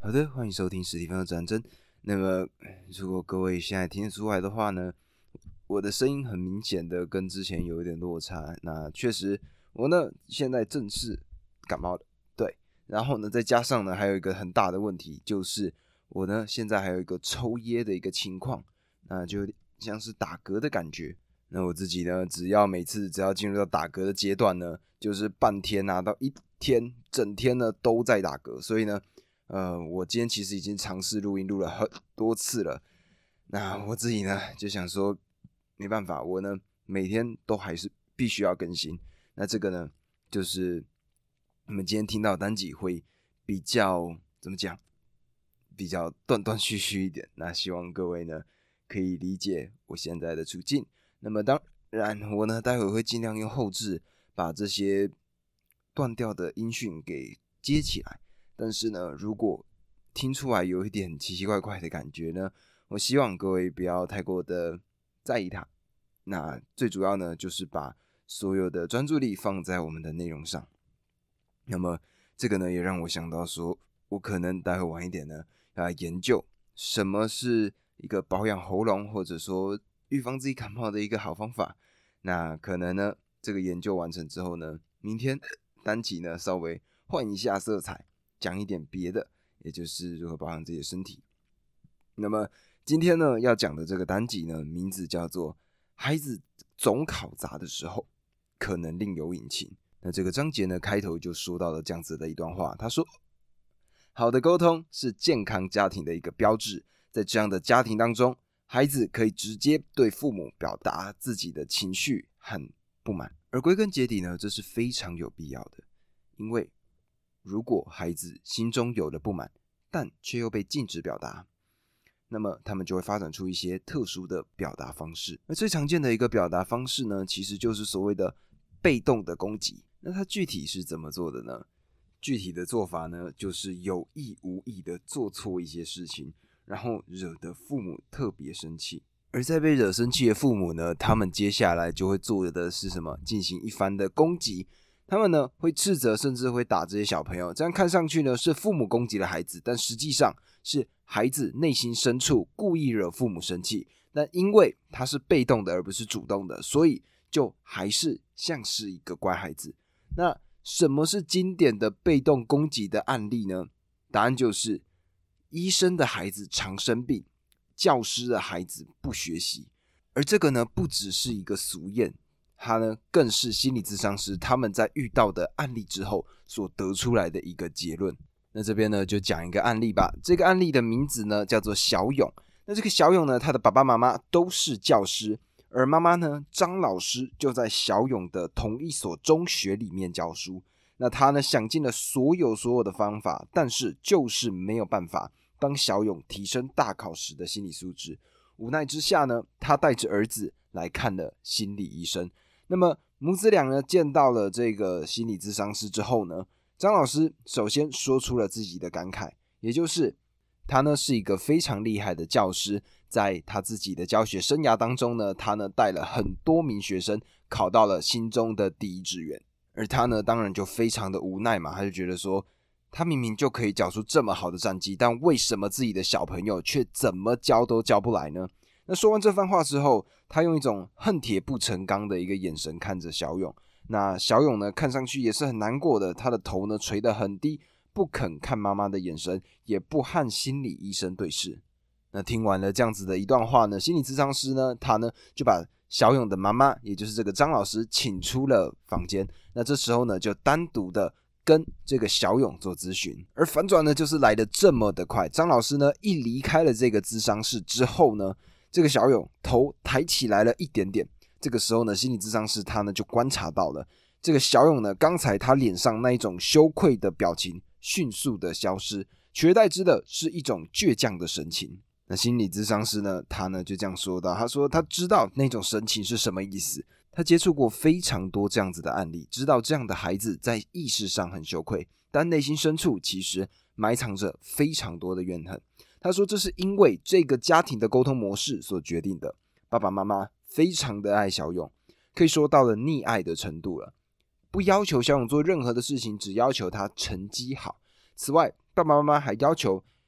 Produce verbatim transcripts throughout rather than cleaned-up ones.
好的，欢迎收听史蒂芬的战争。那么，如果各位现在听得出来的话呢，我的声音很明显的跟之前有一点落差。那确实，我呢现在正是感冒的，对。然后呢，再加上呢，还有一个很大的问题，就是我呢现在还有一个抽噎的一个情况，那就像是打嗝的感觉。那我自己呢，只要每次只要进入到打嗝的阶段呢，就是半天啊到一天，整天呢都在打嗝，所以呢。呃，我今天其实已经尝试录音录了很多次了，那我自己呢就想说，没办法，我呢每天都还是必须要更新。那这个呢，就是你们今天听到的单集会比较怎么讲，比较断断续续一点。那希望各位呢可以理解我现在的处境。那么当然，我呢待会会尽量用后制把这些断掉的音讯给接起来。但是呢，如果听出来有一点奇奇怪怪的感觉呢，我希望各位不要太过的在意它。那最主要呢，就是把所有的专注力放在我们的内容上。那么这个呢，也让我想到说，我可能待会晚一点呢，要来研究什么是一个保养喉咙，或者说预防自己感冒的一个好方法。那可能呢，这个研究完成之后呢，明天单集呢稍微换一下色彩。讲一点别的，也就是如何保养自己的身体。那么今天呢要讲的这个单集呢，名字叫做孩子总考砸的时候可能另有隐情。那这个章节呢开头就说到了这样子的一段话，他说，好的沟通是健康家庭的一个标志，在这样的家庭当中，孩子可以直接对父母表达自己的情绪和不满，而归根结底呢，这是非常有必要的。因为如果孩子心中有了不满，但却又被禁止表达，那么他们就会发展出一些特殊的表达方式。那最常见的一个表达方式呢，其实就是所谓的被动的攻击。那它具体是怎么做的呢？具体的做法呢，就是有意无意的做错一些事情，然后惹得父母特别生气。而在被惹生气的父母呢，他们接下来就会做的是什么？进行一番的攻击。他们呢会斥责，甚至会打这些小朋友，这样看上去呢是父母攻击了孩子，但实际上是孩子内心深处故意惹父母生气。但因为他是被动的而不是主动的，所以就还是像是一个乖孩子。那什么是经典的被动攻击的案例呢？答案就是医生的孩子常生病，教师的孩子不学习。而这个呢不只是一个俗谚，它呢更是心理咨商师他们在遇到的案例之后所得出来的一个结论。那这边呢就讲一个案例吧。这个案例的名字呢叫做小勇。那这个小勇呢，他的爸爸妈妈都是教师，而妈妈呢张老师就在小勇的同一所中学里面教书。那他呢想尽了所有所有的方法，但是就是没有办法帮小勇提升大考时的心理素质。无奈之下呢，他带着儿子来看了心理医生。那么母子俩呢见到了这个心理咨商师之后呢，张老师首先说出了自己的感慨，也就是他呢是一个非常厉害的教师，在他自己的教学生涯当中呢，他呢带了很多名学生考到了心中的第一志愿。而他呢当然就非常的无奈嘛，他就觉得说他明明就可以缴出这么好的战绩，但为什么自己的小朋友却怎么教都教不来呢？那说完这番话之后，他用一种恨铁不成钢的一个眼神看着小勇。那小勇呢看上去也是很难过的，他的头呢垂得很低，不肯看妈妈的眼神，也不和心理医生对视。那听完了这样子的一段话呢，心理咨商师呢他呢就把小勇的妈妈，也就是这个张老师请出了房间。那这时候呢就单独的跟这个小勇做咨询。而反转呢就是来得这么的快，张老师呢一离开了这个咨商室之后呢，这个小勇头抬起来了一点点。这个时候呢，心理咨商师他呢就观察到了这个小勇呢，刚才他脸上那一种羞愧的表情迅速的消失，取而代之的是一种倔强的神情。那心理咨商师呢，他呢就这样说到，他说他知道那种神情是什么意思，他接触过非常多这样子的案例，知道这样的孩子在意识上很羞愧，但内心深处其实埋藏着非常多的怨恨。他说这是因为这个家庭的沟通模式所决定的。爸爸妈妈非常的爱小勇，可以说到了溺爱的程度了，不要求小勇做任何的事情，只要求他成绩好。此外，爸爸妈妈还要求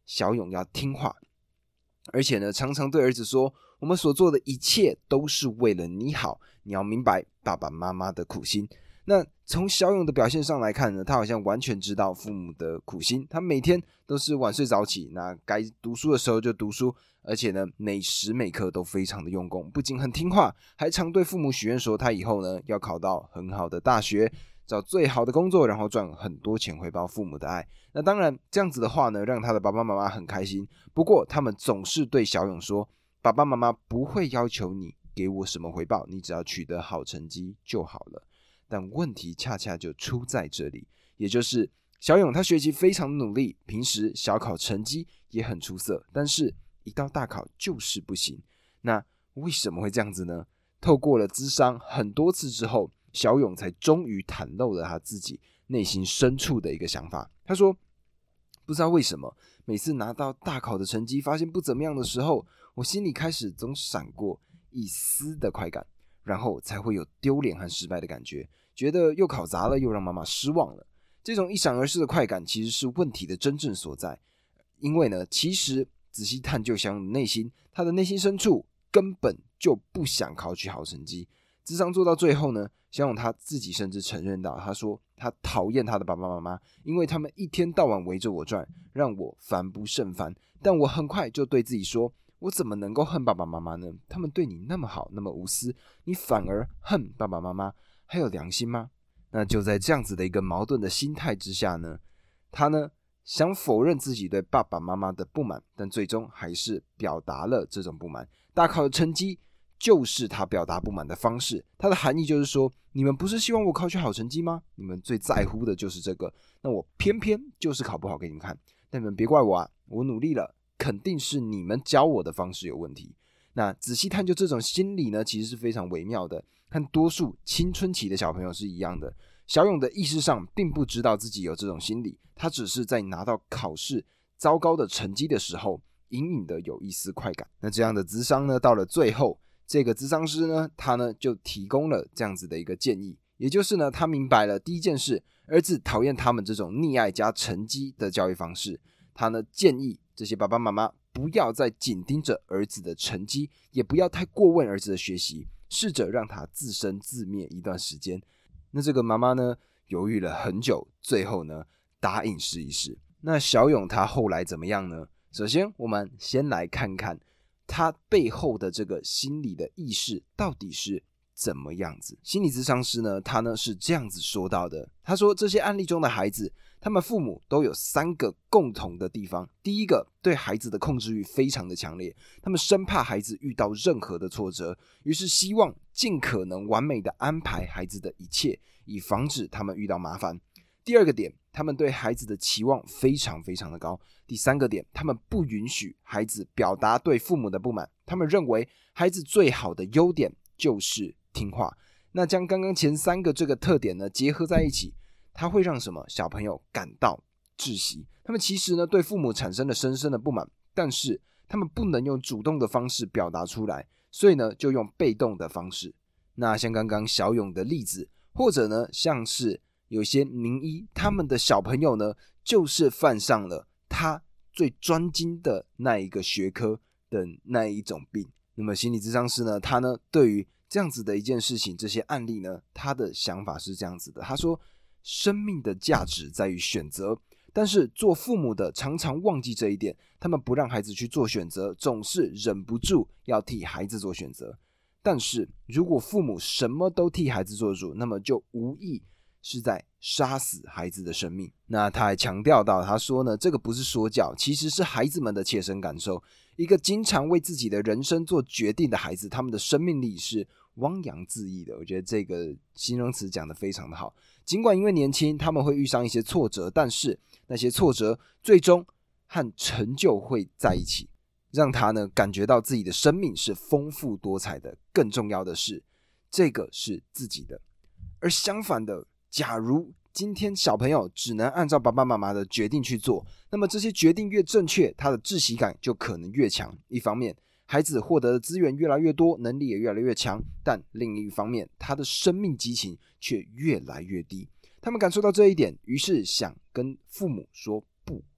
小勇要听话，而且呢，常常对儿子说，我们所做的一切都是为了你好，你要明白爸爸妈妈的苦心。那从小勇的表现上来看呢，他好像完全知道父母的苦心，他每天都是晚睡早起，那该读书的时候就读书，而且呢，每时每刻都非常的用功，不仅很听话，还常对父母许愿说他以后呢要考到很好的大学，找最好的工作，然后赚很多钱回报父母的爱。那当然这样子的话呢，让他的爸爸妈妈很开心，不过他们总是对小勇说，爸爸妈妈不会要求你给我什么回报，你只要取得好成绩就好了。但问题恰恰就出在这里，也就是小勇他学习非常努力，平时小考成绩也很出色，但是一到大考就是不行。那为什么会这样子呢？透过了諮商很多次之后，小勇才终于袒露了他自己内心深处的一个想法。他说，不知道为什么，每次拿到大考的成绩发现不怎么样的时候，我心里开始总闪过一丝的快感，然后才会有丢脸和失败的感觉，觉得又考砸了，又让妈妈失望了。这种一闪而逝的快感其实是问题的真正所在，因为呢，其实仔细探究小勇的内心，他的内心深处根本就不想考取好成绩。諮商做到最后呢，小勇他自己甚至承认到，他说他讨厌他的爸爸妈妈，因为他们一天到晚围着我转，让我烦不胜烦。但我很快就对自己说，我怎么能够恨爸爸妈妈呢？他们对你那么好，那么无私，你反而恨爸爸妈妈，还有良心吗？那就在这样子的一个矛盾的心态之下呢，他呢想否认自己对爸爸妈妈的不满，但最终还是表达了这种不满。大考的成绩就是他表达不满的方式，它的含义就是说，你们不是希望我考取好成绩吗？你们最在乎的就是这个，那我偏偏就是考不好给你们看，但你们别怪我啊，我努力了，肯定是你们教我的方式有问题。那仔细探究这种心理呢，其实是非常微妙的，和多数青春期的小朋友是一样的。小勇的意识上并不知道自己有这种心理，他只是在拿到考试糟糕的成绩的时候，隐隐的有一丝快感。那这样的諮商呢，到了最后，这个諮商师呢，他呢就提供了这样子的一个建议，也就是呢，他明白了第一件事，儿子讨厌他们这种溺爱加成绩的教育方式。他呢建议这些爸爸妈妈不要再紧盯着儿子的成绩，也不要太过问儿子的学习，试着让他自生自灭一段时间。那这个妈妈呢犹豫了很久，最后呢答应试一试。那小勇他后来怎么样呢？首先我们先来看看他背后的这个心理的意识到底是怎么样子。心理咨商师呢，他呢是这样子说到的，他说这些案例中的孩子，他们父母都有三个共同的地方。第一个，对孩子的控制欲非常的强烈，他们生怕孩子遇到任何的挫折，于是希望尽可能完美的安排孩子的一切，以防止他们遇到麻烦。第二个点，他们对孩子的期望非常非常的高。第三个点，他们不允许孩子表达对父母的不满，他们认为孩子最好的优点就是听话。那将刚刚前三个这个特点呢结合在一起，它会让什么小朋友感到窒息？他们其实呢对父母产生了深深的不满，但是他们不能用主动的方式表达出来，所以呢就用被动的方式。那像刚刚小勇的例子，或者呢像是有些名医，他们的小朋友呢就是犯上了他最专精的那一个学科的那一种病。那么心理咨商师呢，他呢对于这样子的一件事情，这些案例呢，他的想法是这样子的，他说生命的价值在于选择，但是做父母的常常忘记这一点，他们不让孩子去做选择，总是忍不住要替孩子做选择。但是如果父母什么都替孩子做主，那么就无异是在杀死孩子的生命。那他还强调到，他说呢，这个不是说教，其实是孩子们的切身感受。一个经常为自己的人生做决定的孩子，他们的生命力是汪洋恣意的。我觉得这个形容词讲得非常的好。尽管因为年轻，他们会遇上一些挫折，但是那些挫折最终和成就会在一起，让他呢感觉到自己的生命是丰富多彩的。更重要的是，这个是自己的。而相反的，假如今天小朋友只能按照爸爸妈妈的决定去做，那么这些决定越正确，他的窒息感就可能越强。一方面，孩子获得的资源越来越多，能力也越来越强，但另一方面，他的生命激情却越来越低。他们感受到这一点，于是想跟父母说不，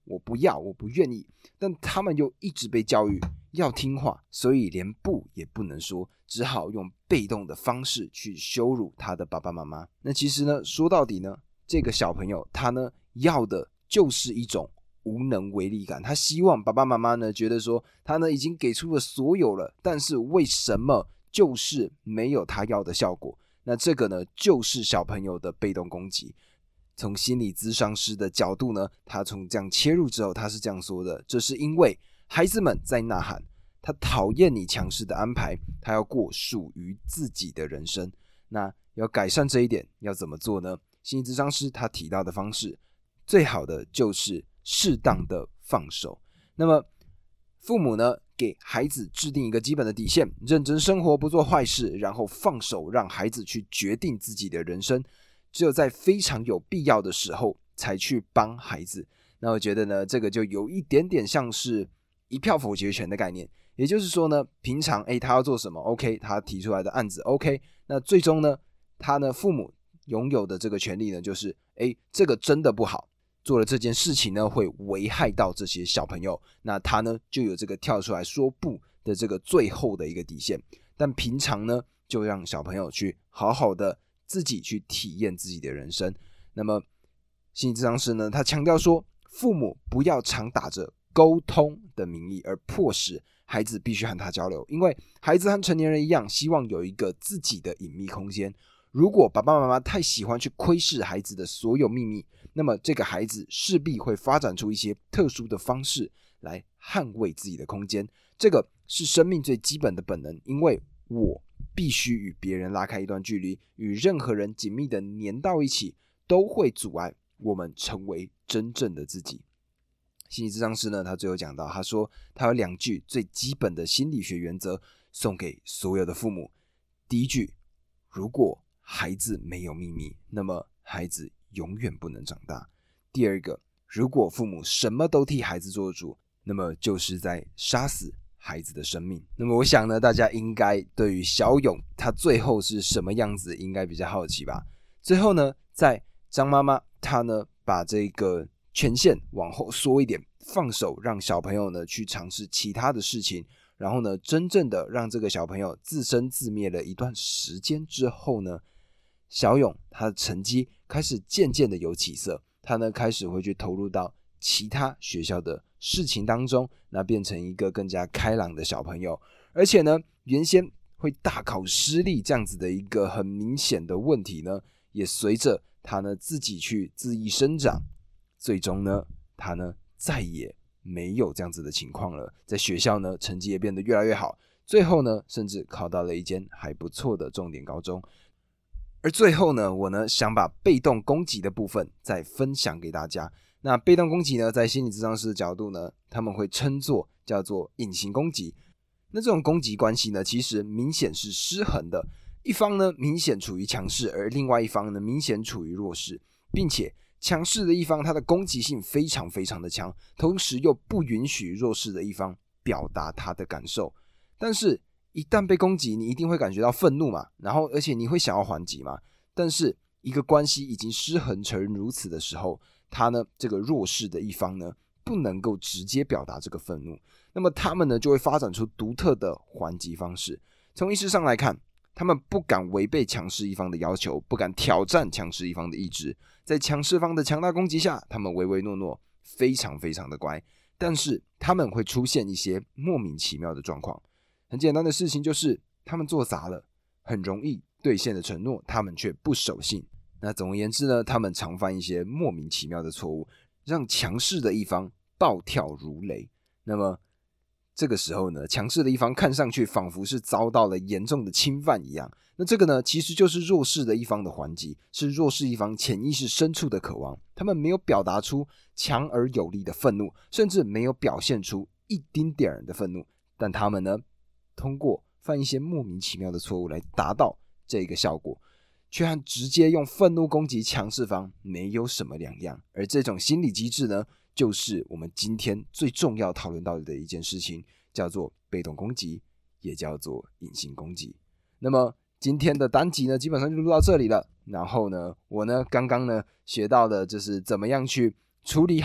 我不要，我不愿意，但他们又一直被教育要听话，所以连不也不能说，只好用被动的方式去羞辱他的爸爸妈妈。那其实呢，说到底呢，这个小朋友他呢要的就是一种无能为力感，他希望爸爸妈妈呢觉得说他呢已经给出了所有了，但是为什么就是没有他要的效果？那这个呢就是小朋友的被动攻击。从心理咨商师的角度呢，他从这样切入之后，他是这样说的：这是因为孩子们在呐喊，他讨厌你强势的安排，他要过属于自己的人生。那要改善这一点，要怎么做呢？心理咨商师他提到的方式，最好的就是适当的放手。那么父母呢，给孩子制定一个基本的底线，认真生活，不做坏事，然后放手让孩子去决定自己的人生。只有在非常有必要的时候才去帮孩子。那我觉得呢，这个就有一点点像是一票否决权的概念。也就是说呢，平常诶他要做什么 OK， 他提出来的案子 OK， 那最终呢，他呢父母拥有的这个权利呢，就是诶这个真的不好，做了这件事情呢会危害到这些小朋友，那他呢就有这个跳出来说不的这个最后的一个底线。但平常呢，就让小朋友去好好的自己去体验自己的人生。那么心理咨商师呢，他强调说，父母不要常打着沟通的名义而迫使孩子必须和他交流，因为孩子和成年人一样，希望有一个自己的隐秘空间。如果爸爸妈妈太喜欢去窥视孩子的所有秘密，那么这个孩子势必会发展出一些特殊的方式来捍卫自己的空间。这个是生命最基本的本能，因为我必须与别人拉开一段距离，与任何人紧密的粘到一起，都会阻碍我们成为真正的自己。心理咨商师呢，他最后讲到，他说他有两句最基本的心理学原则送给所有的父母。第一句，如果孩子没有秘密，那么孩子永远不能长大。第二个，如果父母什么都替孩子做主，那么就是在杀死孩子的生命。那么我想呢，大家应该对于小勇他最后是什么样子应该比较好奇吧。最后呢，在张妈妈她呢把这个权限往后缩一点，放手让小朋友呢去尝试其他的事情，然后呢真正的让这个小朋友自生自灭了一段时间之后呢，小勇他的成绩开始渐渐的有起色，他呢开始会去投入到其他学校的事情当中，那变成一个更加开朗的小朋友。而且呢，原先会大考失利这样子的一个很明显的问题呢，也随着他呢自己去恣意生长，最终呢他呢再也没有这样子的情况了，在学校呢成绩也变得越来越好，最后呢甚至考到了一间还不错的重点高中。而最后呢，我呢想把被动攻击的部分再分享给大家。那被动攻击呢，在心理咨商师的角度呢，他们会称作叫做隐形攻击。那这种攻击关系呢，其实明显是失衡的，一方呢明显处于强势，而另外一方呢明显处于弱势，并且强势的一方它的攻击性非常非常的强，同时又不允许弱势的一方表达他的感受。但是一旦被攻击，你一定会感觉到愤怒嘛，然后而且你会想要还击嘛。但是一个关系已经失衡成如此的时候，他呢这个弱势的一方呢不能够直接表达这个愤怒，那么他们呢就会发展出独特的还击方式。从意识上来看，他们不敢违背强势一方的要求，不敢挑战强势一方的意志，在强势方的强大攻击下，他们唯唯诺诺，非常非常的乖。但是他们会出现一些莫名其妙的状况。很简单的事情就是，他们做砸了很容易兑现的承诺，他们却不守信。那总而言之呢，他们常犯一些莫名其妙的错误，让强势的一方暴跳如雷。那么这个时候呢，强势的一方看上去仿佛是遭到了严重的侵犯一样。那这个呢，其实就是弱势的一方的还击，是弱势一方潜意识深处的渴望。他们没有表达出强而有力的愤怒，甚至没有表现出一丁点儿的愤怒，但他们呢，通过犯一些莫名其妙的错误来达到这个效果，却和直接用愤怒攻击强势方没有什么两样。而这种心理机制呢，就是我们今天最重要讨论到的一件事情，叫做被动攻击，也叫做隐形攻击。那么今天的单集呢，基本上就录到这里了。然后呢，我呢刚刚呢学到的就是怎么样去处理好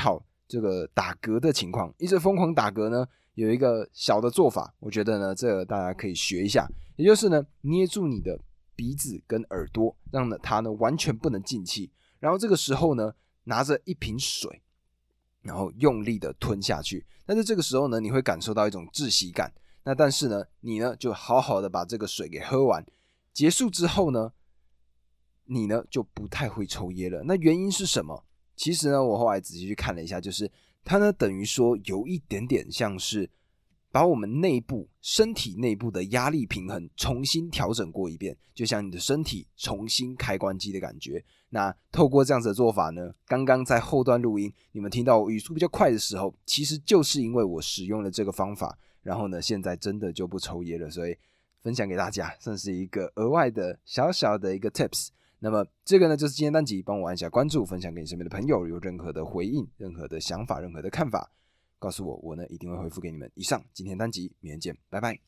这个打嗝的情况，一直疯狂打嗝呢，有一个小的做法，我觉得呢，这个大家可以学一下，也就是呢，捏住你的鼻子跟耳朵，让呢它呢完全不能进气，然后这个时候呢，拿着一瓶水，然后用力的吞下去。但是这个时候呢，你会感受到一种窒息感。那但是呢，你呢就好好的把这个水给喝完，结束之后呢，你呢就不太会抽噎了。那原因是什么？其实呢，我后来仔细去看了一下，就是它呢等于说有一点点像是把我们内部身体内部的压力平衡重新调整过一遍，就像你的身体重新开关机的感觉。那透过这样子的做法呢，刚刚在后段录音你们听到我语速比较快的时候，其实就是因为我使用了这个方法，然后呢现在真的就不抽噎了，所以分享给大家，算是一个额外的小小的一个 tips。那么这个呢就是今天单集，帮我按下关注，分享给你身边的朋友，有任何的回应、任何的想法、任何的看法，告诉我，我呢一定会回复给你们。以上今天单集，明天见，拜拜。